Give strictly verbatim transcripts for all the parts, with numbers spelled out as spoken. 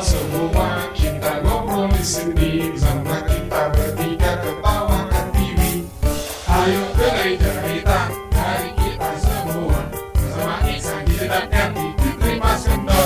semua, kita ngobrol di sini sama kita bertiga ketawakan T V. Ayo beri cerita dari kita semua, sama Iksan Gigi dan Erti, diterima Kendor.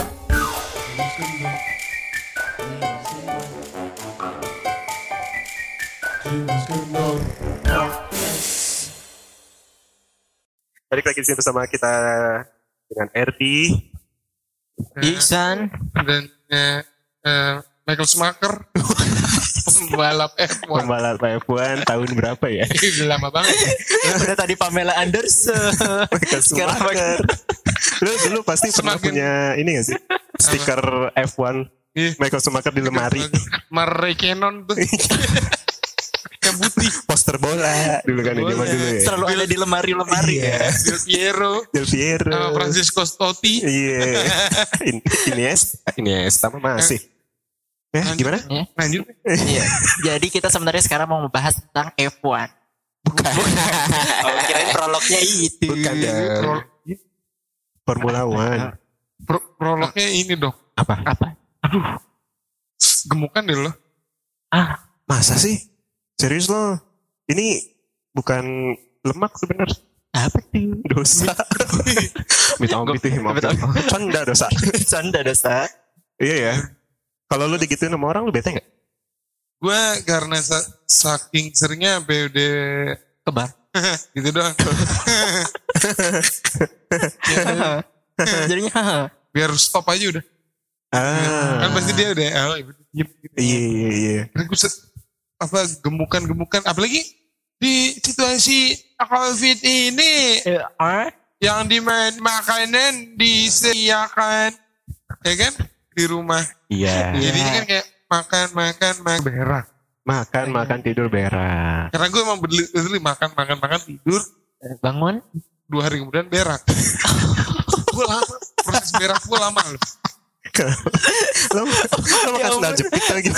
Balik lagi di sini bersama kita dengan Erti, Iksan dan uh, uh, Michael Schumacher, pembalap F satu. pembalap F satu tahun berapa ya? Udah lama banget. udah tadi Pamela Anderson. Michael Sekarang Schumacher. Lu dulu pasti pernah Semakin- punya ini gak sih? Stiker F satu Iya. Michael Schumacher di lemari. Murray Cannon tuh. Kayak putih. Poster bola dulu kan ini mah dulu ya. Selalu ada di lemari-lemari Iya. ya. Del Piero, Del Piero. sama Francisco Totti. Iya. In- Iniesta, Iniesta mah masih. Eh, gimana? Ya. Lanjut. Iya. Jadi kita sebenarnya sekarang mau membahas tentang F satu. Bukan. Oh, kirain prolognya itu. Bukan ya. Pro- Formula One. pro- prolognya ini dong. Apa? Apa? Gemukan deh lo. Ah, Masa sih? Serius lo? Ini bukan lemak sebenarnya. apa tuh? Dosa. Minta ampun itu maaf. Canda dosa. Canda dosa. Iya ya. Kalau lu digituin sama orang lu bete gak? Gue karena sa- saking seringnya sampai udah Kebar. gitu doang. Jadinya haha. Biar stop aja udah. Ah. Kan pasti dia udah oh, ya udah, diem gitu. Iya iya iya. Karena gue se- apa gemukan-gemukan apalagi di situasi COVID ini Eh, ah? yang dimain makanan disediakan ya kan di rumah. Iya. Jadinya kan kayak makan makan makan berak. Makan makan tidur berak. Karena gue emang beli, beli makan makan makan tidur Eh, Bangun. dua hari kemudian berak. Gue lama proses berak gue lama loh. Lo lo makan sendal jepit lagi.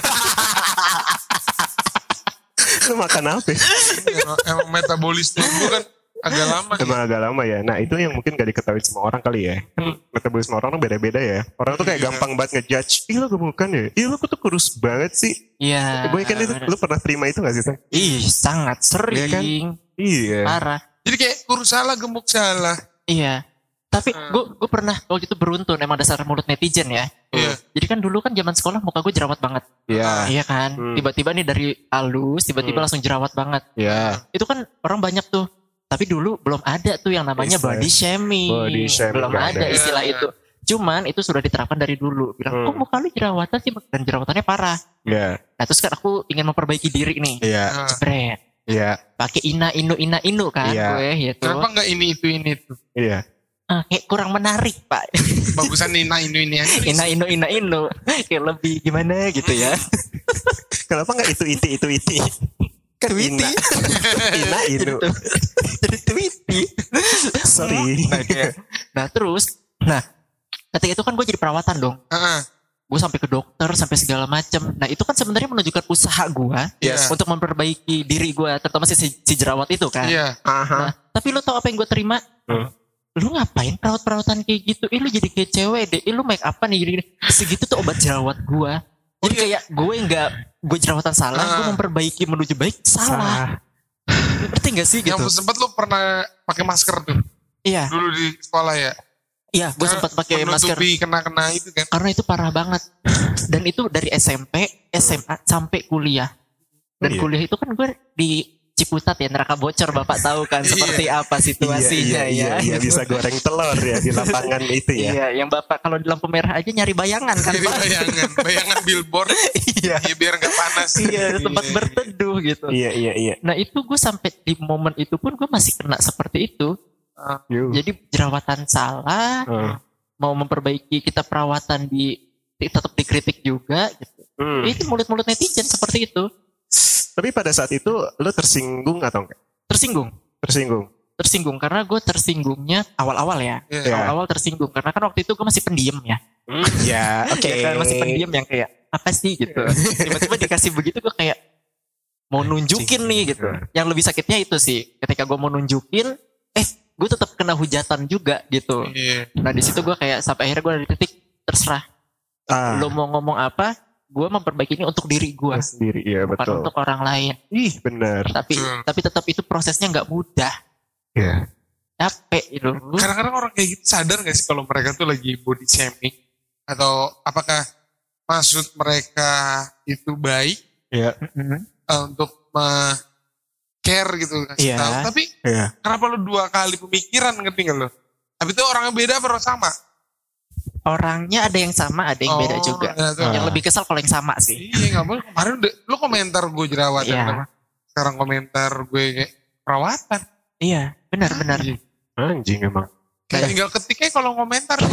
Lo makan apa? emang, emang metabolisme gue kan agak lama. Emang agak lama ya. Nah itu yang mungkin gak diketahui semua orang kali ya. Hmm. Metabolisme orang tuh beda-beda ya. Orang tuh kayak Iya. gampang banget ngejudge. Ih lo gemukan ya. Ih lo kok tuh kurus banget sih. Iya. Gue kan itu lo pernah terima itu gak sih Sang? Ih, sangat sering. Iya kan? Iya. Parah. Jadi kayak kurus salah gemuk salah. Iya. Tapi Hmm. gue gue pernah waktu itu beruntun emang dasar mulut netizen ya. Iya. Jadi kan dulu kan zaman sekolah muka gue jerawat banget. Iya. Iya kan. Hmm. Tiba-tiba nih dari halus tiba-tiba Hmm. langsung jerawat banget. Iya. Itu kan orang banyak tuh. Tapi dulu belum ada tuh yang namanya Istilah- body shaming. body shaming belum nggak ada ada. istilah Iya. itu. Cuman itu sudah diterapkan dari dulu. Bilang, Hmm. kok muka lu jerawatan sih? Dan jerawatannya parah. Iya. Nah terus kan aku ingin memperbaiki diri nih. Iya. Nah, Jebret. Iya. Pakai ina inu ina inu kan Iya. gue gitu. kenapa nggak ini itu ini tuh? Iya. Ah, kayak kurang menarik pak. Bagusan Nina ini ini aja. ina inu ina inu. Kayak lebih gimana gitu ya. Kenapa nggak itu iti itu iti? Kan Ina. Ina itu. Jadi tweety. Sorry. Nah, kayak- nah terus, nah ketika itu kan gue jadi perawatan dong. Heeh. Gue sampai ke dokter sampai segala macam. Nah itu kan sebenarnya menunjukkan usaha gue Yes. untuk memperbaiki diri gue, terutama si, si jerawat itu kan. Iya. Aha. Nah, tapi lu tau apa yang gue terima? Hmm. Lu ngapain perawat-perawatan kayak gitu? Ih lu jadi kayak cewek deh. Ih lu make upan nih gini-gini. Segitu tuh obat jerawat gue. Jadi kayak gue nggak gue jerawatan salah, gue Ah. memperbaiki menuju baik salah. Ngerti gak sih gitu? Yang sempet lu pernah pakai masker tuh Iya, dulu di sekolah ya. iya gue Karena sempat pakai masker. menutupi kena-kena itu kan. Karena itu parah banget. Dan itu dari S M P, S M A sampai kuliah. Dan Oh, iya. kuliah itu kan gue di Ciputat ya, neraka bocor Bapak tahu kan Iya. seperti apa situasinya iya, ya. iya, iya, bisa goreng telur ya di lapangan itu ya. Iya, yang Bapak kalau di lampu merah aja nyari bayangan kan Jadi Pak. bayangan, bayangan billboard. Iya. Ya, biar nggak panas. Iya, tempat Iya. berteduh gitu. Iya iya iya. Nah itu gue sampai di momen itu pun gue masih kena seperti itu. Ah, Yuh. Jadi jerawatan salah, Hmm. mau memperbaiki kita perawatan di tetap dikritik juga gitu. Hmm. Itu mulut-mulut netizen seperti itu. Tapi pada saat itu lo tersinggung atau enggak? Tersinggung. Tersinggung. Tersinggung karena gue tersinggungnya awal-awal ya. Iya. Iya. Awal-awal tersinggung karena kan waktu itu gue masih pendiam ya. Hmm, ya, oke. Ya kan masih pendiam yang kayak apa sih gitu. Tiba-tiba dikasih begitu gue kayak mau nunjukin nih gitu. Yang lebih sakitnya itu sih ketika gue mau nunjukin, eh gue tetap kena hujatan juga gitu. Iya. Nah di situ gue kayak sampai akhirnya gue dari titik terserah. Ah, Lo mau ngomong apa, gue memperbaiki ini untuk diri gue, sendiri, iya bukan betul. untuk orang lain. Ih benar. Tapi Betul. tapi tetap itu prosesnya nggak mudah, Iya. capek itu. Kadang-kadang orang kayak gitu sadar gak sih kalau mereka tuh lagi body shaming? Atau apakah maksud mereka itu baik Iya. uh, untuk me- care gitu kasih Iya. tahu. Tapi Iya. kenapa lu dua kali pemikiran, ngerti gak lo? Tapi itu orangnya beda apa orang sama? Orangnya ada yang sama, ada yang beda Oh, juga. ya, tuh. Yang lebih kesal kalau yang sama sih. Iya gak boleh. Kemarin udah, lu komentar gue jerawatan. Iya. Apa? Sekarang komentar gue kayak perawatan. Iya, benar-benar. Anjing. Anjing emang. Kayak tinggal ketik aja kalau komentar.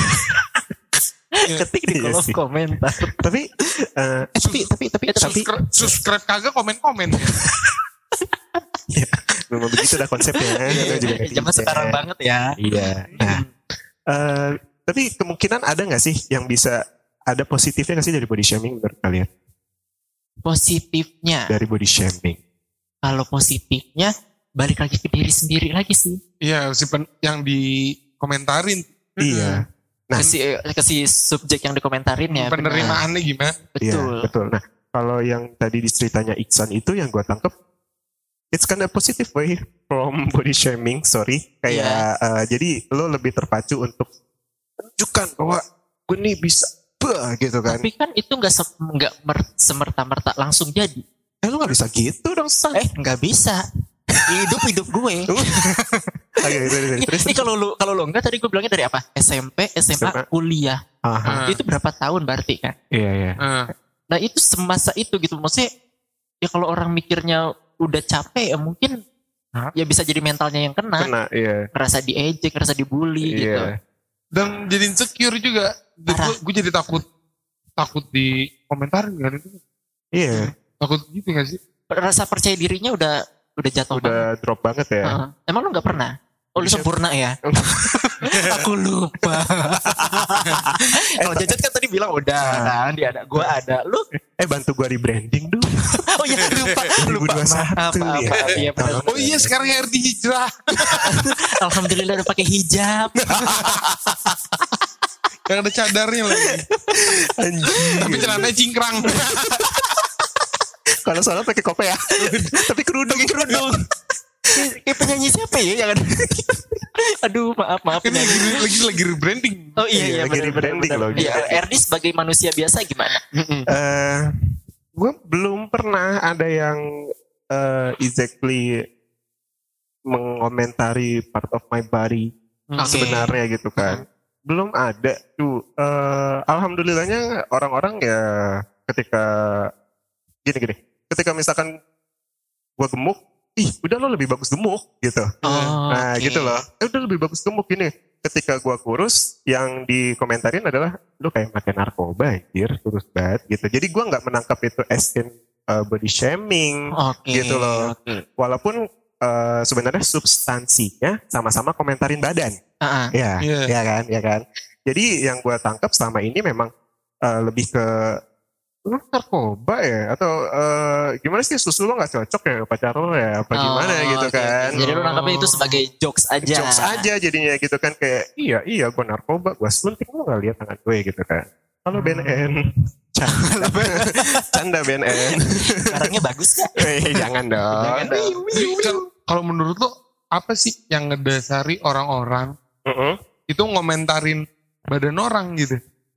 Ketik di Iya kolom sih. komentar. Tapi eh, Eh, tapi tapi tapi tapi, Subscribe, subscribe kagak komen-komen. memang begitu dah konsepnya. Kita juga ngerti. zaman sekarang banget ya. Iya. Nah, eh, tapi kemungkinan ada nggak sih yang bisa ada positifnya nggak sih dari body shaming menurut kalian? Positifnya, Dari body shaming. kalau positifnya balik lagi ke diri sendiri lagi sih. Iya, si pen- yang dikomentarin. Iya. Nah, Ke si, ke si subjek yang dikomentarin ya. benar. Penerimaannya gimana? iya, Betul. betul. Nah, kalau yang tadi di ceritanya Iksan itu yang gue tangkep, it's kind of positive way from body shaming, sorry. Kayak eh, jadi lo lebih terpacu untuk menunjukkan bahwa gue nih bisa, bah, gitu kan. Tapi kan itu nggak se- nggak mer- semerta-merta langsung jadi. Eh lo gak bisa gitu dong, San. Eh nggak bisa. Hidup hidup gue. Oke, itu, itu, itu. Terus, Ini kalau lu kalau lu enggak tadi gue bilangnya dari apa? S M P, S M A, S M A. kuliah. aha, Ah. Itu berapa tahun berarti kan? iya, iya. Nah, Nah itu semasa itu gitu. Maksudnya ya kalau orang mikirnya udah capek ya mungkin Hah? ya bisa jadi mentalnya yang kena. Kena, iya. Ngerasa diejek, ngerasa dibully gitu. Iya. dan jadi insecure juga. Parah. Gue jadi takut takut di komentar kan itu. Iya, Takut gitu gak sih? Rasa percaya dirinya udah udah jatuh banget. udah drop banget ya. Heeh. Emang lu nggak pernah? Oh lu Bisa. sempurna ya? Aku lupa. Kalau Jajet kan tadi bilang udah kan dia ada, gua ada. Lu Eh bantu gua rebranding dulu. oh iya lupa lupa. Maaf, maaf, ya. maaf. Iya, benar. Oh iya, sekarang R D hijrah. Alhamdulillah udah pakai hijab. Yang ada cadarnya lagi. Anjing. Tapi celananya cingkrang. Kalau salah pakai kope ya. Tapi kerudung. Kerudung. Kayak penyanyi siapa ya yang ada? Aduh maaf maaf. Ini lagi, lagi lagi rebranding. Oh iya Iya, iya lagi benar benar. rebranding benar. loh. Iya, Erdi sebagai manusia biasa gimana? Eh, gue belum pernah ada yang eh, exactly mengomentari part of my body Oke. sebenarnya gitu kan. Belum ada tuh. Eh, alhamdulillahnya orang-orang ya ketika gini gini. Ketika misalkan gue gemuk, ih udah lo lebih bagus gemuk gitu. Oh, Nah oke. gitu loh. Eh, udah lebih bagus gemuk gini. Ketika gua kurus, yang dikomentarin adalah lu kayak makan narkoba, anjir, kurus banget gitu. Jadi gua nggak menangkap itu as in uh, body shaming, Oke. gitu loh. Oke. walaupun uh, sebenarnya substansinya sama-sama komentarin badan. Ah, ah. Ya, Iya. ya kan, ya kan. Jadi yang gua tangkap selama ini memang uh, lebih ke lu narkoba ya atau uh, gimana sih susu lo nggak cocok ya pacar lo ya apa gimana Oh, gitu oke, kan. oke. Jadi lu nangkapnya itu sebagai jokes aja. Jokes aja jadinya gitu kan kayak iya iya gue narkoba gue suntik lo nggak lihat tangan gue gitu kan. Halo B N N, canda, canda B N N. Sekarangnya bagus gak? Eh jangan dong. Jangan dong. Kan- Kalau menurut lo apa sih yang ngedasari orang-orang Mm-mm. itu ngomentarin badan orang gitu?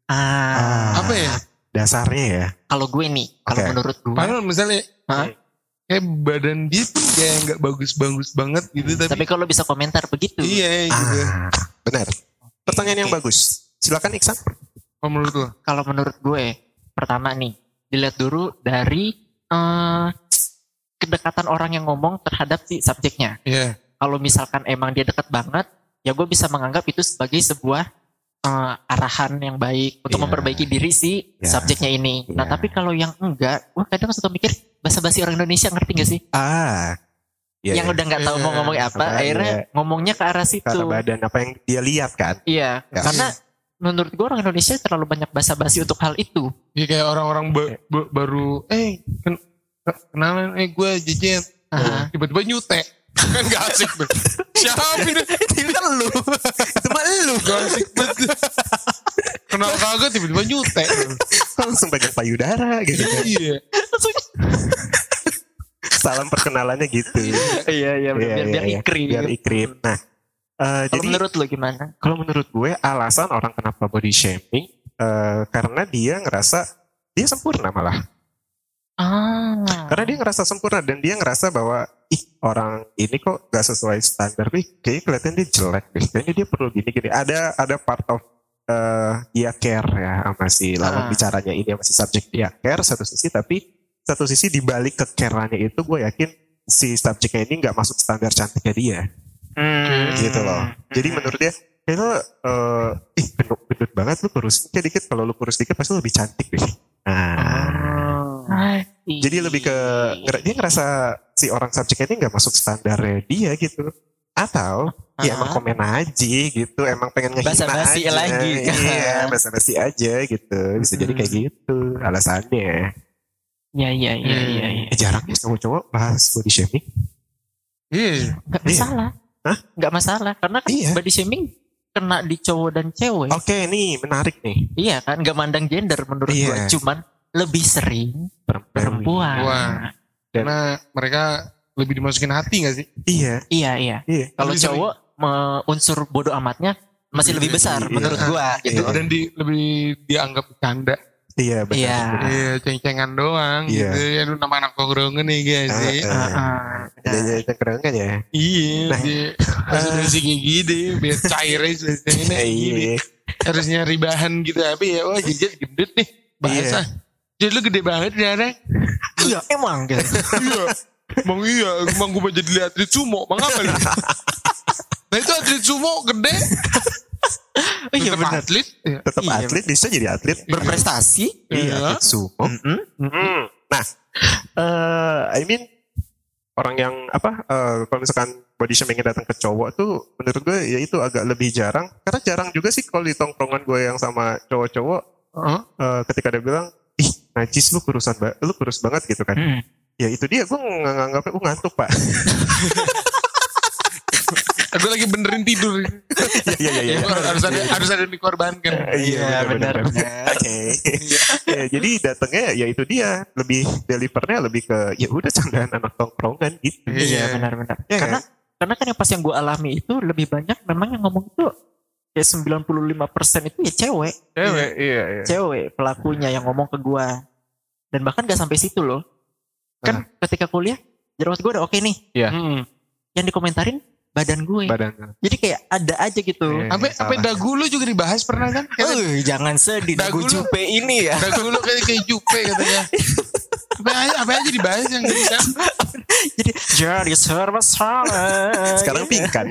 Ah, Apa ya? Dasarnya ya. kalau gue nih, kalau Oke. menurut gue, Padahal misalnya Hah? kayak badan dia tuh kayak nggak bagus-bagus banget gitu, tapi, tapi kalau bisa komentar begitu, iya gitu. Ah, benar. Pertanyaan yang Oke. bagus. Silakan Iksan. Kalau menurut lo? kalau menurut gue, pertama nih, dilihat dulu dari eh, kedekatan orang yang ngomong terhadap si subjeknya. Iya. Kalau misalkan emang dia dekat banget, ya gue bisa menganggap itu sebagai sebuah eh, arahan yang baik untuk Iya. memperbaiki diri si Iya. subjeknya ini. Nah Iya. tapi kalau yang enggak, gue kadang suka mikir basa-basi orang Indonesia, ngerti gak sih? Ah. Iya, yang iya. udah nggak tahu mau Iya. ngomong apa, Sama, akhirnya iya. ngomongnya ke arah situ. Karena badan apa yang dia lihat kan. Iya, Ya. karena menurut gue orang Indonesia terlalu banyak basa-basi untuk hal itu. Iya kayak orang-orang ba- ba- baru, eh ken- kenalan, eh gue jejet, Aha. tiba-tiba nyute, kan gak asik tuh. Siapa ini? Itu kan lu. Itu mah lu. Gak asik banget. Kenal kagak tiba-tiba nyutek. Langsung pegang payudara gitu kan. Iya. Salam perkenalannya gitu. Iya iya biar Iya, biar iya, ikrip. Biar ikrip. Nah, eh, Kalau jadi menurut lu gimana? kalau menurut gue alasan orang kenapa body shaming eh, karena dia ngerasa dia sempurna malah. Ah. Karena dia ngerasa sempurna dan dia ngerasa bahwa ih orang ini kok gak sesuai standar nih, kayaknya kelihatan dia jelek deh, kayaknya dia perlu gini-gini. Ada ada part of uh, dia care ya sama si lawan Ah. bicaranya ini sama si subjek dia care satu sisi, tapi satu sisi dibalik ke care-nya itu gue yakin si subjeknya ini nggak masuk standar cantiknya dia, Hmm. gitu loh. Jadi menurut dia kayak lo, uh, ih gendut, gendut banget lu kurus kayak dikit, kalau lu kurus dikit pasti lu lebih cantik deh. Nah. Ah. Jadi lebih ke nger- dia ngerasa si orang subjeknya ini nggak masuk standarnya dia gitu, atau ya emang Ah. komen aja gitu, emang pengen ngehina Basa-basi aja, lagi. iya basa-basi aja gitu, bisa jadi kayak gitu alasannya. Iya iya iya iya. iya. Eh, jarang ya cowok-cowok bahas body shaming. Iya. Nggak Iya. masalah. Hah? Nggak masalah karena kan Iya. body shaming kena di cowok dan cewek. Oke nih menarik nih, Iya kan nggak mandang gender menurut Iya. gua, cuman lebih sering perempuan. perempuan. Perempuan. Karena mereka lebih dimasukin hati gak sih? Iya, Iya iya. iya. Kalau Lebih sering. cowok me- unsur bodoh amatnya masih lebih besar Iya. menurut gua gitu. Iya. Dan di, lebih dianggap bercanda. Iya benar. Iya. benar. Iya, ceng-cengan doang Iya. gitu. Ya lu nama anak tongkrongan nih guys Ah, sih. ah. Ah, ah, Ada benar. yang keren kan ya? Iya, Nah. dia langsung kayak gini biar cair aja selesainya gini. Iya. Harus nyari bahan gitu tapi ya wah jejak gendut nih bahasa. Jadi lu gede banget sekarang. Iya emang gitu. Iya. Emang iya, emang gue mau jadi atlet sumo, emang apa lu? Nah itu atlet sumo gede. Oh, iya Tetep benar. atlet. Iya. Tetap Iya. atlet bisa jadi atlet. Berprestasi. Iya, Iya. atlet sumo. Mm-mm. Mm. Nah, eh I mean orang yang apa? eh, kalau misalkan body shaming datang ke cowok tuh, menurut gue ya itu agak lebih jarang. Karena jarang juga sih kalau di tongkrongan gue yang sama cowok-cowok, Heeh. eh, ketika dia bilang, ih najis lu kurusan, ba- lu kurus banget gitu kan? Mm. Ya itu dia, gue nggak nganggapnya, gue ngantuk pak. Gue lagi benerin tidur. Iya iya iya. harus ada harus ada yang dikorbankan. Iya, benar, benar. Oke. Ya, jadi datangnya ya itu dia, lebih delivernya lebih ke ya udah candaan anak tongkrongan gitu. Iya. Iya benar-benar. Iya Karena karena kan yang pas yang gue alami itu lebih banyak memang yang ngomong itu ya sembilan puluh lima persen itu ya cewek. Cewek, iya iya. Cewek pelakunya yang ngomong ke gue. Dan bahkan gak sampai situ loh. Kan ketika kuliah jerawat gue udah oke nih. Hmm. Yang dikomentarin badan gue. Badan. Jadi kayak ada aja gitu. Iya. Sampai salah. sampai dagu lu juga dibahas pernah kan? Kata, Oh, jangan sedih Dagu dagu lu- Jupe ini ya. dagu lu kayak kayak jupe katanya. Apa aja, apa aja dibahas yang bisa. Jadi jadi serba salah. Sekarang Gitu. pingkan.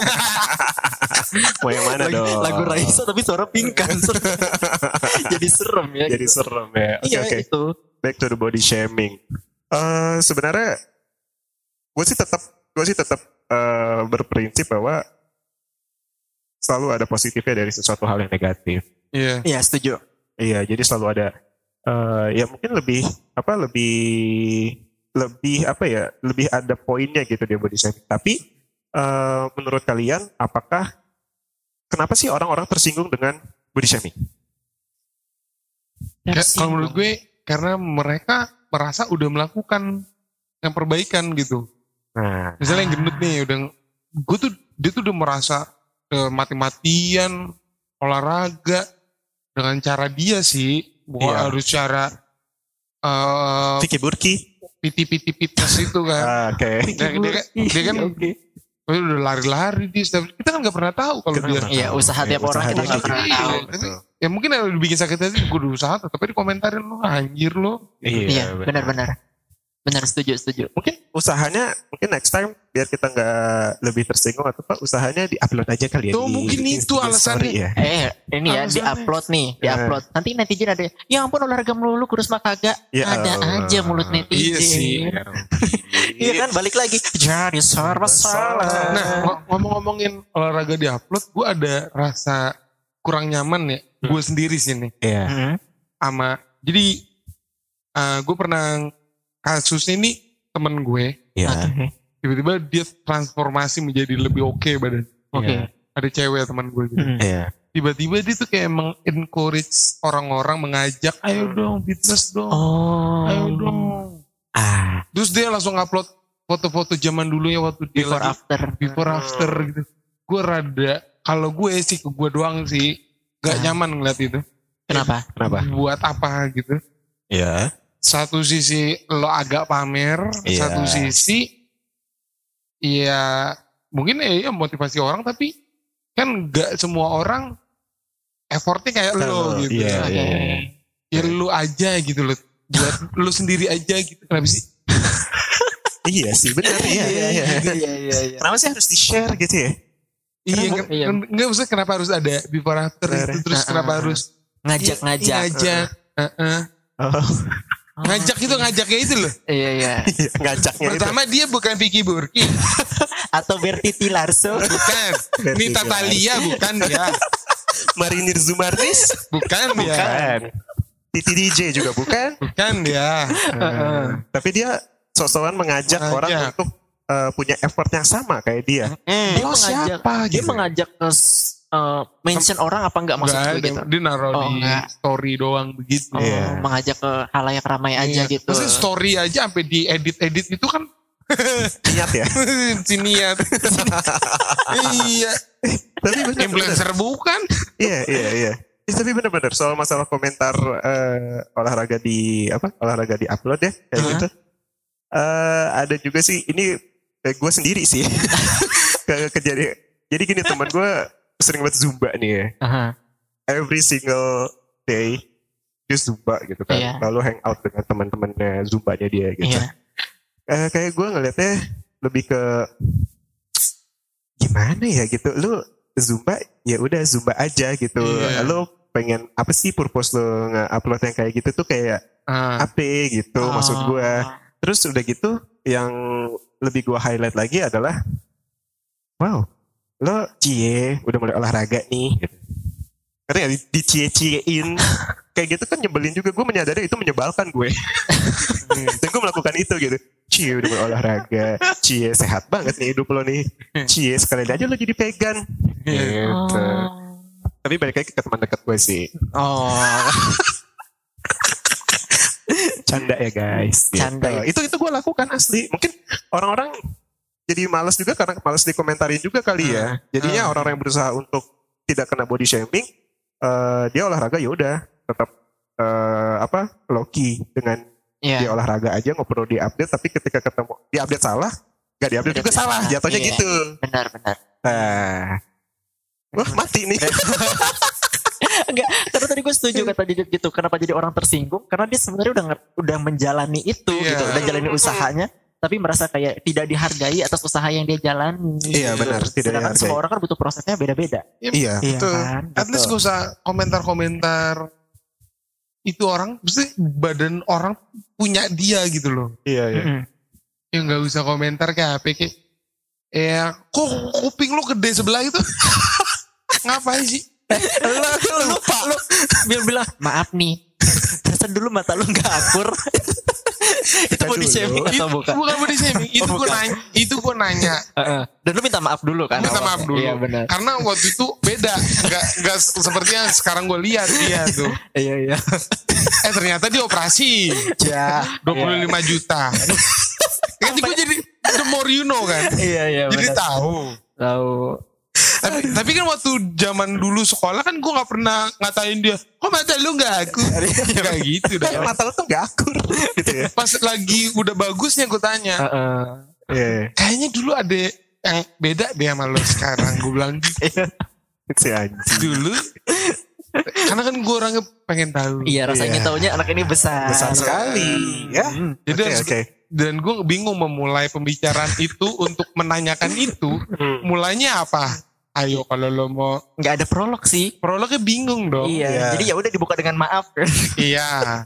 Mau yang mana lagu, dong? lagu Raisa tapi suara pingkan. Jadi serem ya. Jadi gitu. serem ya. Oke Iya oke. itu. Back to the body shaming. Eh sebenarnya gue sih tetap gue sih tetap eh, berprinsip bahwa selalu ada positifnya dari sesuatu hal yang negatif. Iya. Iya setuju. Iya, jadi selalu ada eh, ya mungkin lebih apa lebih lebih apa ya lebih ada poinnya gitu dia body shaming. Tapi eh, menurut kalian apakah kenapa sih orang-orang tersinggung dengan body shaming? Ya, kalau menurut gue karena mereka merasa udah melakukan yang perbaikan gitu. Nah, Misalnya yang gendut nih udah gue tuh dia tuh udah merasa eh, mati-matian olahraga dengan cara dia sih, bukan Iya. harus cara eh Vicky Burki. piti-piti fitness itu kan. Ah, Oke. Dia, dia kan, dia kan Oke. oh, udah lari-lari di setiap- kita kan nggak pernah tahu kalau Kita dia nggak Iya, tahu. usaha Iya, tiap orang usaha kita dia nggak gitu. pernah Iya, tahu. Betul. ya mungkin yang dibikin sakit hati gue udah usaha tapi dikomentarin lo anjir lo. Iya, benar-benar. Benar setuju, setuju. Mungkin usahanya mungkin next time biar kita nggak lebih tersinggung atau apa usahanya di-upload aja kali ya. Tuh, di- mungkin di itu Instagram alasannya. story ya. Eh, ini ya Alasannya. di-upload nih, di-upload. Nanti netizen ada, ya ampun olahraga melulu kurus mah kagak. Ya Ada Allah. aja mulut netizen. Iya sih. Iya kan, balik lagi. Jadi serba salah. Nah ng- ngomong-ngomongin olahraga di upload, gue ada rasa kurang nyaman ya. Gue sendiri sih nih Iya. Hmm. sama. Jadi gue pernah kasusnya nih temen gue Iya. Oke. tiba-tiba dia transformasi menjadi lebih oke badan. Oke. Iya. Ada cewek teman gue gitu. Hmm. Iya. tiba-tiba dia tuh kayak mengencourage orang-orang, mengajak, ayo dong fitness dong, Oh. ayo dong. Ah, Terus dia langsung upload foto-foto zaman dulunya waktu dia before lagi after. before after gitu. Gue rada, kalau gue sih ke gue doang sih gak Ah. nyaman ngeliat itu. Kenapa? Kenapa? Buat apa gitu? Iya. Satu sisi lo agak pamer, Iya. satu sisi ya mungkin ya, ya motivasi orang, tapi kan gak semua orang effortnya kayak lo gitu. Iya, Oke. iya, iya. Ya lu aja gitu loh. Buat lu sendiri aja gitu. Kenapa sih? Iya sih, benar. Iya, iya, iya. Iya iya iya. Kenapa sih harus di-share gitu ya? Iya, Kenapa? kan, Iya. kan, nggak usah kenapa harus ada before after Bener. itu, terus Ah, kenapa ah, harus Ngajak-ngajak. ngajak, Heeh. Oh, ngajak itu ngajaknya itu loh. Iya iya. iya, ngajaknya itu. Pertama dia bukan Vicky Burki, Atau Berti Tilarso. bukan. Nita Thalia bukan ya, Marinir Zumarnis? bukan ya, Bukan. Titi D J juga bukan. bukan ya. Eh, tapi dia sosokan mengajak Mengajak. orang untuk eh, punya effort yang sama kayak dia. Dia Lo mengajak, siapa dia gitu? mengajak ke s- eh, mention orang apa enggak maksud Nggak gue ada, gitu. dia naruh Oh, di nggak. story doang begitu. Oh, Iya. mengajak ke halayak ramai aja Iya. gitu. Maksudnya story aja sampai di edit-edit itu kan Niat ya. siniat. Iya, Tapi benar. influencer bukan. Iya, iya, iya. Eh, tapi benar-benar soal masalah komentar eh, olahraga di apa? Olahraga di upload ya kayak Hah? gitu. Eh, ada juga sih ini eh, gue sendiri sih ke kejadian. Jadi gini teman gue sering buat zumba nih ya. Aha. Every single day dia zumba gitu kan. Iya. Lalu hang out dengan teman-temannya zumbanya dia gitu. Iya. Eh, kayak gue ngeliatnya lebih ke gimana ya gitu. Lu zumba ya udah zumba aja gitu. Iya. Lu pengen apa sih purpose lu nge-upload yang kayak gitu tuh kayak Ah, apa gitu Oh. maksud gue. Terus udah gitu yang lebih gue highlight lagi adalah wow, lo cie udah mulai olahraga nih gitu. Karena ya di- dicie-ciein kayak gitu kan nyebelin juga. Gue menyadari itu menyebalkan gue. Dan gue melakukan itu gitu. Cie udah mulai olahraga. Cie sehat banget nih hidup lo nih. Cie sekali aja lo jadi vegan. Gitu. Tapi balik lagi ke teman dekat gue sih. Oh. Canda ya guys. Canda Gitu. Itu itu gue lakukan asli. Mungkin orang-orang jadi malas juga karena malas dikomentarin juga kali ya. Jadinya orang-orang yang berusaha untuk tidak kena body shaming, eh, dia olahraga ya udah tetap eh, apa low key dengan Iya. dia olahraga aja nggak perlu diupdate. Tapi ketika ketemu diupdate salah, nggak diupdate juga Diupdate salah. salah. Jatuhnya Iya. gitu. Benar benar. Nah, wah mati nih. Enggak, karena tadi gue setuju kata Didit gitu. Kenapa jadi orang tersinggung? Karena dia sebenarnya udah nge- udah menjalani itu Iya. gitu, udah jalani usahanya, tapi merasa kayak tidak dihargai atas usaha yang dia jalani. Iya, benar, tidak Sedangkan dihargai. semua orang kan butuh prosesnya beda-beda. Iya. Iya betul. kan? At least Betul. gak usah komentar-komentar itu orang, mesti badan orang punya dia gitu loh. Iya, iya. Mm-mm. Ya nggak usah komentar kayak apa kayak, ya kok kuping lu gede sebelah itu? Ngapain sih? Lu lupa lu bilang bilang maaf nih. Perasaan dulu mata lu nggak akur. Itu body dulu. shaming Itu atau bukan? bukan body shaming, itu Oh, gue bukan. nanya, itu gue nanya. Heeh. Dan lu minta maaf dulu kan? Minta maaf dulu. Iya benar. Karena waktu itu beda, nggak nggak seperti yang sekarang gue lihat dia tuh. Iya iya. Eh ternyata dia operasi Ya. dua puluh lima juta. Nanti gue jadi the more you know kan. Iya iya. Jadi benar. tahu. Tahu. Tapi tapi kan waktu zaman dulu sekolah kan gue nggak pernah ngatain dia. Kok mata lu nggak aku? Kayak gitu dah. Kayak mata lo tuh gak akur gitu ya. Pas lagi udah bagusnya gue tanya. Heeh. Iya. Kayaknya dulu ada yang beda deh sama lo sekarang. Gue bilang gitu. Si anjing. Dulu. Karena kan gue orangnya pengen tahu. Iya rasanya Iya. taunya anak ini besar. Besar sekali ya. Jadi Oke, harus- oke. dan gue bingung memulai pembicaraan itu untuk menanyakan itu. Mulainya apa? Ayo kalau lo mau Nggak ada prolog sih. prolognya bingung dong. Iya. Iya. Jadi ya udah dibuka dengan maaf. Iya.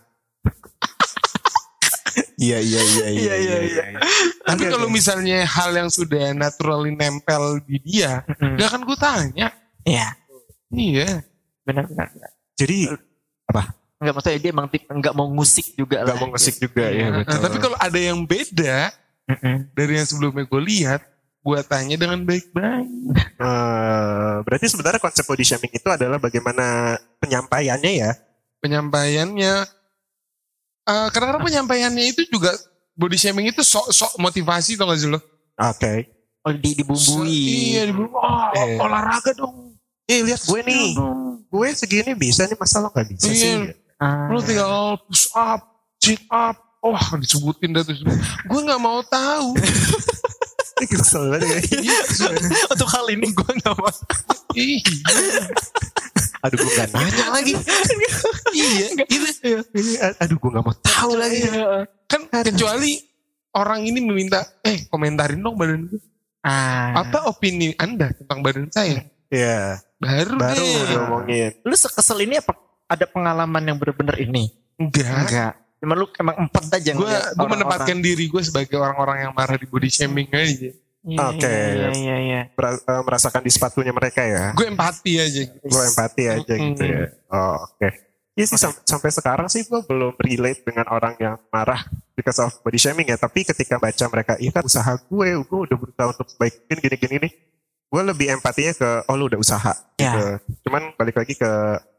Iya iya iya Iya, iya, iya. Tapi Oke, kalau oke. misalnya hal yang sudah naturally nempel di dia, Mm-mm. gak akan gue tanya. Iya. Iya. Benar benar. benar. Jadi Enggak maksudnya dia emang tip enggak mau ngusik juga gak lah. mau ngesik juga ya Nah, betul. tapi kalau ada yang beda Mm-mm. dari yang sebelumnya gue lihat, gue tanya dengan baik-baik. Eh, berarti sebenarnya konsep body shaming itu adalah bagaimana penyampaiannya ya? Penyampaiannya, uh, kadang-kadang penyampaiannya itu juga body shaming itu sok-sok motivasi tau gak sih lo? Oke. Oh, di dibumbui. Iya dibumbui. Oh, Eh. olahraga dong. Eh lihat gue nih, gue segini bisa nih, masa lo nggak bisa Iya. sih? Ah. Lo tinggal push up, sit up. Wah disebutin dah tuh. Gue gak mau tahu. Ini kesel banget ya. Untuk hal ini gue gak mau. Ih, Aduh gue gak nanya lagi. iya, gitu. Aduh gue gak mau tahu lagi. Kan kecuali orang ini meminta, eh komentarin dong badan gue. Ah. Apa opini Anda tentang badan saya? Iya. Baru, Baru deh. diomongin. Lu sekesel ini apa ada pengalaman yang bener-bener ini? Enggak. Enggak. Cuma lu emang empat aja Gue ngeliat gue orang-orang. menempatkan diri gue sebagai orang-orang yang marah di body shaming aja. Iya, Oke. Iya iya iya. Ber- eh, merasakan di sepatunya mereka ya. Gue empati aja. Gue empati aja Mm-mm. gitu ya. Oh oke. Iya sih sam- sampai sekarang sih gue belum relate dengan orang yang marah because of body shaming ya. Tapi ketika baca mereka, iya kan usaha gue, gue udah berusaha untuk baikin gini-gini nih. Gue lebih empatinya ke, oh lu udah usaha. Ya. Gitu. Cuman balik lagi ke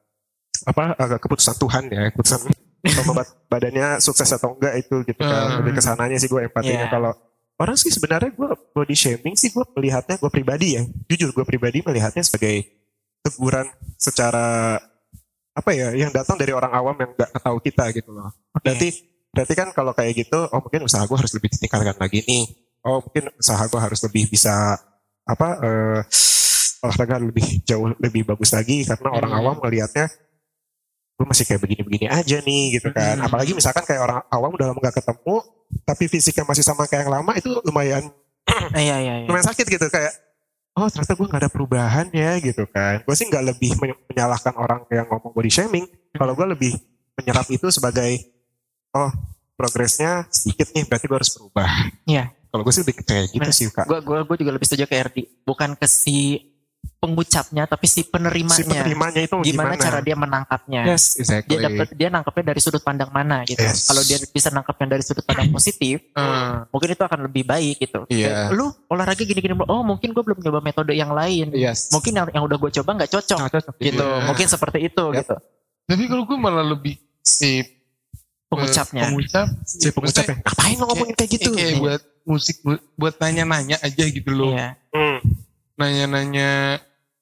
apa eh, keputusan Tuhan ya, keputusan kalau membuat badannya sukses atau enggak itu gitu kan. Hmm. Lebih kesananya sih gue empatinya. Ya. Kalau orang sih sebenarnya gue body shaming sih gue melihatnya, gue pribadi ya, jujur gue pribadi melihatnya sebagai teguran secara apa ya, yang datang dari orang awam yang nggak tahu kita gitu loh. Berarti berarti kan kalau kayak gitu, oh mungkin usaha gue harus lebih ditingkatkan lagi nih. Oh mungkin usaha gue harus lebih bisa apa eh, olahraga lebih jauh lebih bagus lagi karena orang Hmm. awam melihatnya gue masih kayak begini-begini aja nih gitu kan. Hmm. Apalagi misalkan kayak orang awam udah lama gak ketemu, tapi fisiknya masih sama kayak yang lama, itu lumayan Ah, Iya iya iya. lumayan sakit gitu, kayak oh ternyata gue gak ada perubahan ya gitu kan. Gue sih gak lebih men- menyalahkan orang yang ngomong body shaming. Kalau gue lebih menyerap itu sebagai oh progresnya sedikit nih, berarti gue harus berubah. Iya. Kalau gue sih lebih kayak gitu Nah, sih kak. Gue gue gue juga lebih setuju ke R D. Bukan ke si pengucapnya tapi si penerimanya. Si penerimanya itu Gimana, gimana, cara dia menangkapnya. Yes, exactly. Dia dapat dia nangkapnya dari sudut pandang mana gitu. Yes. Kalau dia bisa nangkapnya dari sudut pandang positif, Hmm. mungkin itu akan lebih baik gitu. Iya. Kayak, lu olahraga gini-gini, oh mungkin gue belum nyoba metode yang lain. Yes. Mungkin yang, yang udah gue coba nggak cocok Nggak cocok. gitu. Iya. Mungkin seperti itu Yap. gitu. Tapi kalau gue malah lebih si Pengucapnya. pengucap, Si pengucapnya, ngapain lo ngomongin kayak gitu? Kayak buat musik, buat, buat nanya-nanya aja gitu loh. Iya. Hmm. Nanya-nanya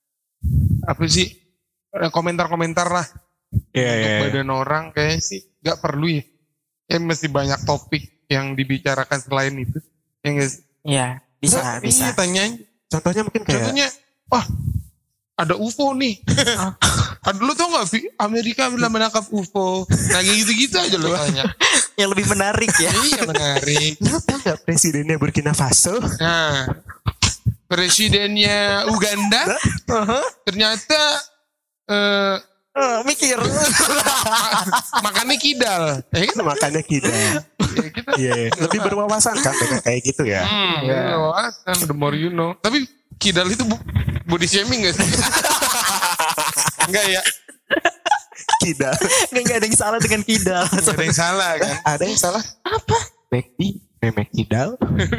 apa sih, eh, komentar-komentar lah Iya, untuk iya, iya. badan orang kayak sih gak perlu ya. Ya mesti banyak topik yang dibicarakan selain itu. Ya nggak sih? Iya, bisa Nah, bisa. Iya, tanya aja. Contohnya mungkin kayak Contohnya, wah ada U F O nih. Ada lu tau gak Vi? Amerika bilang menangkap U F O. Nah gitu-gitu aja lu tanya. Yang lebih menarik ya. Iya menarik. lo tau gak presidennya Burkina Faso? Nah, presidennya Uganda ternyata eh, Eh, mikir. makannya kidal. Ya kan? Makanya kita, Ya, kita iya, lebih berwawasan kan dengan kayak gitu ya. Hmm, Iya. wawasan, the more you know. Tapi kidal itu bu- body shaming gak sih? Enggak ya? Kidal. Nggak nggak ada yang salah dengan kidal. Gak ada yang salah kan? Ada yang salah? Apa? McD, memek kidal.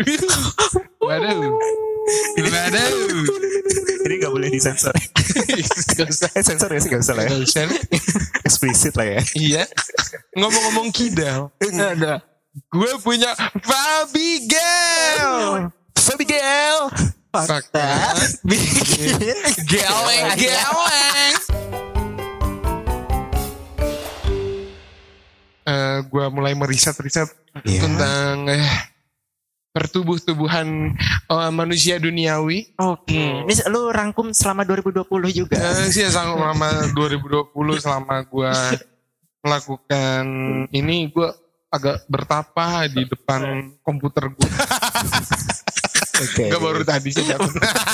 Waduh. Gak ada. Ini gak boleh disensor. Gak usah. Eh sensor ya sih gak usah lah ya. Gak usah. Eksplisit lah ya. Iya. Ngomong-ngomong kidal. Ada. Gue punya Fabigel. Fabigel. Fakta. Bikin. Geleng, geleng. Eh, gue mulai meriset-riset Iya. tentang eh, pertubuh-tubuhan eh, manusia duniawi. Oke. Ini lu rangkum selama dua ribu dua puluh juga. Eh, sih selama dua ribu dua puluh selama gue melakukan ini, gue agak bertapa di depan komputer gue. Oke. Gak baru tadi sih dapat.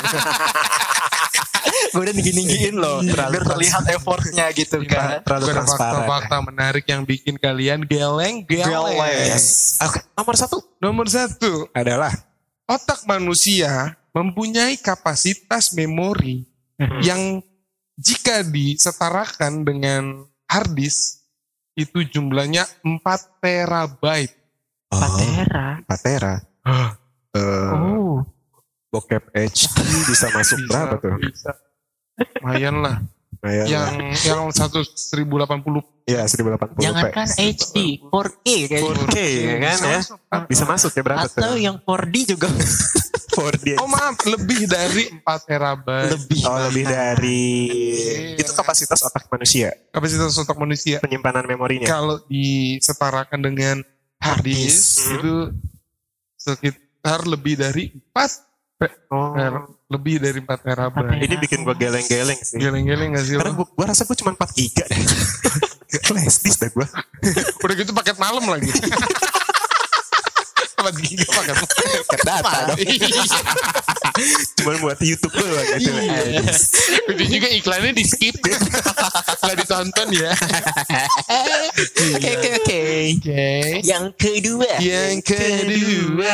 Gue udah digini-giniin loh. Biar terlihat effortnya gitu kan. Terlalu Gue ada transparan. fakta-fakta menarik yang bikin kalian geleng, geleng. Yes. Oke, nomor satu Nomor satu, adalah otak manusia mempunyai kapasitas memori yang jika disetarakan dengan hard disk itu jumlahnya empat terabyte. Patera. Patera. Eh, Oh. Bokep H D bisa masuk Bisa, berapa tuh? Bisa. Lumayan lah. Nah, ya, Yang yang satu seribu delapan puluh. ya seribu delapan puluh p. Jangankan H D, four K kayaknya. Oke ya kan Bisa ya. masuk, Pak. Bisa masuk ya berapa Atau tuh? yang four D juga four D. Oh maaf, lebih dari empat terabyte. lebih. Oh lebih dari Iya. itu kapasitas otak manusia Kapasitas otak manusia. penyimpanan memorinya. Kalau disetarakan dengan hard disk Hmm. itu sekitar lebih dari empat Oh, lebih dari empat terabyte. ini bikin gue geleng-geleng sih. Geleng-geleng gak sih Karena lo? gue, gue rasa gue cuma empat giga deh. Flash disk dah gue. Udah gitu paket malam lagi. empat giga paket malam. Paket data dong. Cuma buat YouTube doang gitu. Iya. Udah juga iklannya di skip. Gak ditonton ya. Oke oke oke. Oke. Yang kedua. Yang kedua.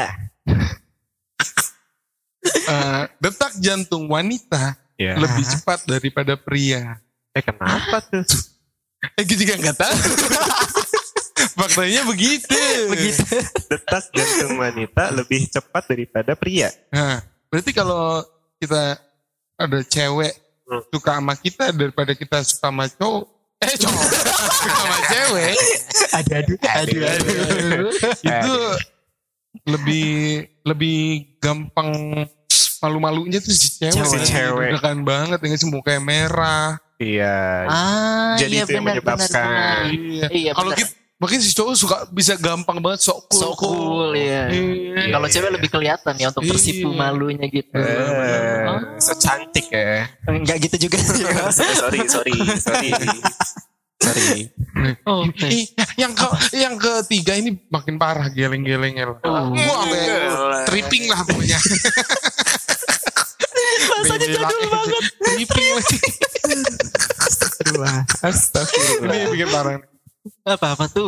Eh, detak jantung wanita Ya. lebih cepat daripada pria. Eh kenapa tuh? Eh gue juga nggak tahu. Faktanya begitu. Begitu. Detak jantung wanita lebih cepat daripada pria. Nah, berarti kalau kita ada cewek Hmm. suka sama kita daripada kita suka sama cowok, eh cowok suka sama cewek, Aduh aduh aduh aduh. itu lebih lebih gampang malu-malunya tuh si cewek. Si cewek. Deg-degan banget dengan si mukanya merah. Iya. Ah, Jadi iya itu yang benar, menyebabkan. benar, benar. Iya. Iya, Kalau benar. kita makin si cowok suka bisa gampang banget sok cool. So cool ya. Iya. Kalau cewek lebih kelihatan ya untuk tersipu Iya. malunya gitu. Eh, Oh. so cantik ya. Enggak gitu juga. sorry, sorry, sorry. Sorry. Oke. Ih, yang ke yang ketiga ini makin parah geleng-gelengnya. Oh. Gua sampai tripping lah pokoknya. Bahasanya jadul banget. Tripping lagi. Astagfirullah. Ini bikin parah. Apa-apa tuh?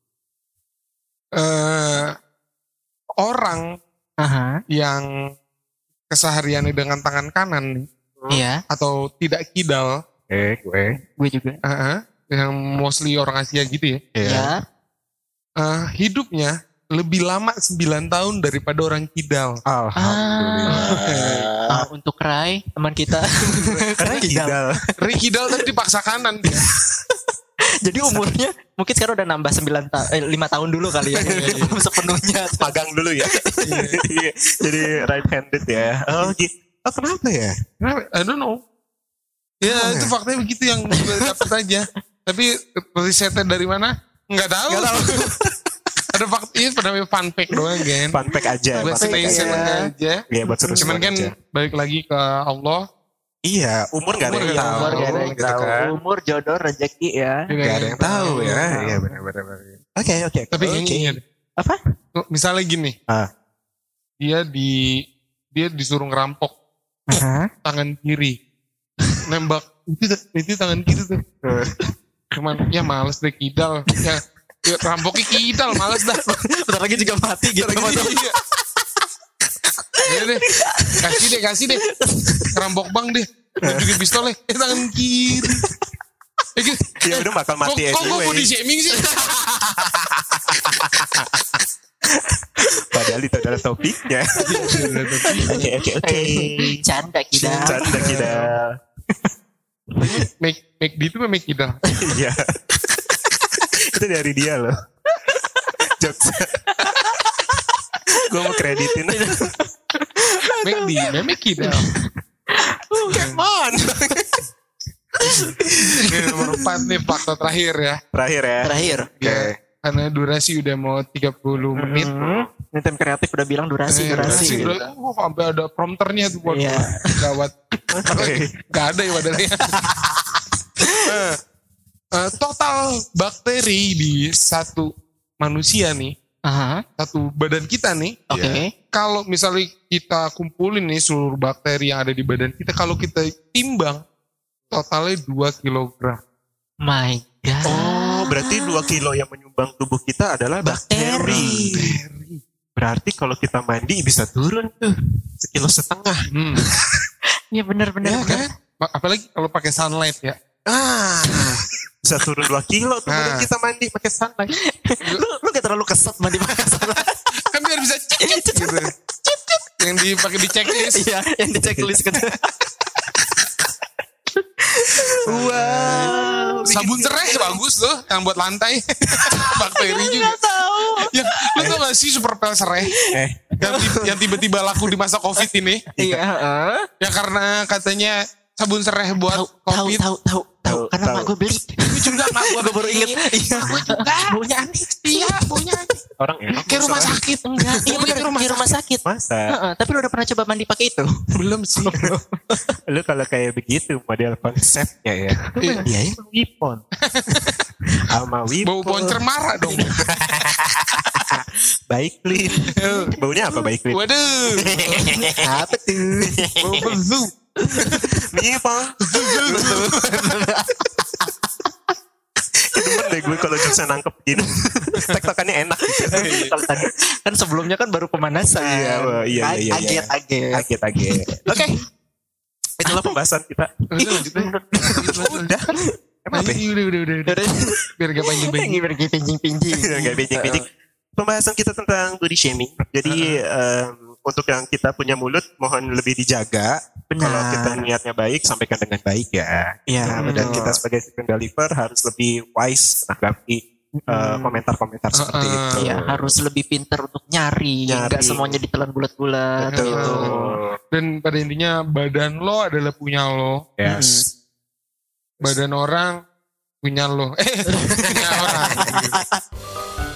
Eh, orang Aha. yang kesehariannya dengan tangan kanan nih, Iya, atau tidak kidal, Eh, gue. gue juga. eh, eh, yang mostly orang Asia gitu ya, Ya. eh, hidupnya lebih lama sembilan tahun daripada orang kidal. Alhamdulillah. Ah, untuk Rai, teman kita. Karena kidal. Ri kidal tapi dipaksa kanan dia. Jadi umurnya mungkin sekarang udah nambah sembilan tahun, eh, lima tahun dulu kali ya. Belum sepenuhnya. Magang dulu ya. Jadi, jadi right handed ya. Oh, gitu. Oh, kenapa ya? Kenapa? I don't know. Ya Oh, itu ya. faktanya begitu yang gue dapet aja. Tapi risetnya dari mana? Nggak tahu. Nggak tahu. Ada fakta ini pada fun fact doang kan. Fun fact aja. Buat fun fact seneng seneng aja. aja. Iya, buat seru Cuman kan aja. balik lagi ke Allah. Iya, umur gak ada Umur yang nggak tahu. Umur gak ada yang gitu tahu. kan. Umur, jodoh, rezeki ya. Gak ada yang tahu ya. Iya, benar-benar. Oke, oke. Tapi Oke. kayaknya ingat. Apa? Misalnya gini. Ah. Dia di dia disuruh ngerampok Aha. tangan kiri. Nembak itu itu tangan kiri tuh. Cuman ya males deh kidal. Ya, ya rampoknya kidal males dah. Bentar lagi juga mati gitu. Iya. Ya deh, kasih deh, kasih deh. Ngerampok bang deh. Tunjukin pistolnya. Eh tangan kiri. Eh, gitu. Ya udah bakal mati Kok, kok gue anyway. body shaming sih? Padahal itu adalah topiknya. Oke, oke, oke. Canda kita. Canda kita. Make, make di itu mah make kidal. Iya. Itu dari dia loh. Jokes. Gue mau kreditin. Make di, make kidal. Come on. Ini nomor empat nih fakta terakhir ya. Terakhir ya. Terakhir. Oke. Karena durasi udah mau tiga puluh menit. Hmm. Ini tim kreatif udah bilang durasi, Eh, durasi. udah, oh, sampai ada prompternya tuh buat Iya. gawat. Oke. Gak ada ya padahal. Eh, eh, total bakteri di satu manusia nih, Aha. satu badan kita nih, Oke. kalau misalnya kita kumpulin nih seluruh bakteri yang ada di badan kita, kalau kita timbang, totalnya dua kilogram. My God. Oh, berarti dua kilo yang menyumbang tubuh kita adalah bakteri. Bakteri. Berarti kalau kita mandi bisa turun tuh sekilo setengah. Hmm. Iya benar-benar. Ya kan? Ma- Apalagi kalau pakai sunlight ya. Ah, bisa turun dua kilo tuh Nah. badan kita mandi pakai sunlight. lu lu gak terlalu kesat mandi pakai sana. Kan biar bisa cicit gitu. yang dipakai di checklist. Iya, yang di checklist gitu. Wow. Sabun serai bagus tuh, yang buat lantai. Bakteri juga. Tahu. Ya, lu tau gak sih super pel serai? Eh, Yang, ti- yang tiba-tiba laku di masa Covid ini. Iya, heeh. Ya karena katanya sabun serai buat Tahu, tahu, Covid. tahu, tahu, tahu. Karena tahu. mak gue beli. Gue juga mak gue Gue baru inget. Iya, gue juga. baunya aneh. Iya, baunya aneh. orang enak. Kayak rumah sakit. Enggak, iya Baunya bener, kayak rumah di rumah sakit. Masa? Heeh, tapi lu udah pernah coba mandi pakai itu? Belum sih. Lu kalau kayak begitu model konsepnya ya. Iya. Iya ya. Wipon. Sama Wipon. Bau poncer marah dong. Baik clean. Baunya apa baik clean? Waduh. Apa tuh? Bau benzu. Wipon. Demen deh gue kalau bisa nangkep gini. Tektokannya enak gitu. Kalau tadi kan sebelumnya kan baru pemanasan. Iya, wah, iya, iya, iya. Aget, aget. Aget-aget. Oke. Itulah pembahasan kita. Udah lanjut aja. Udah kan? Emang apa? Udah, udah, udah, udah. Biar gak panjang-panjang. Gimana kayak pinjing-pinjing. Gak bijik-bijik. Pembahasan kita tentang body shaming. Jadi em, untuk yang kita punya mulut mohon lebih dijaga. Benar. Kalau kita niatnya baik, sampaikan dengan baik ya. Iya, Nah, dan kita sebagai student deliver harus lebih wise menanggapi eh, komentar-komentar seperti Uh-uh. itu. Iya, harus lebih pintar untuk nyari. Nyari. Enggak semuanya ditelan bulat-bulat Betul. gitu. Dan pada intinya badan lo adalah punya lo. Yes. Badan orang punya lo. Eh, punya orang.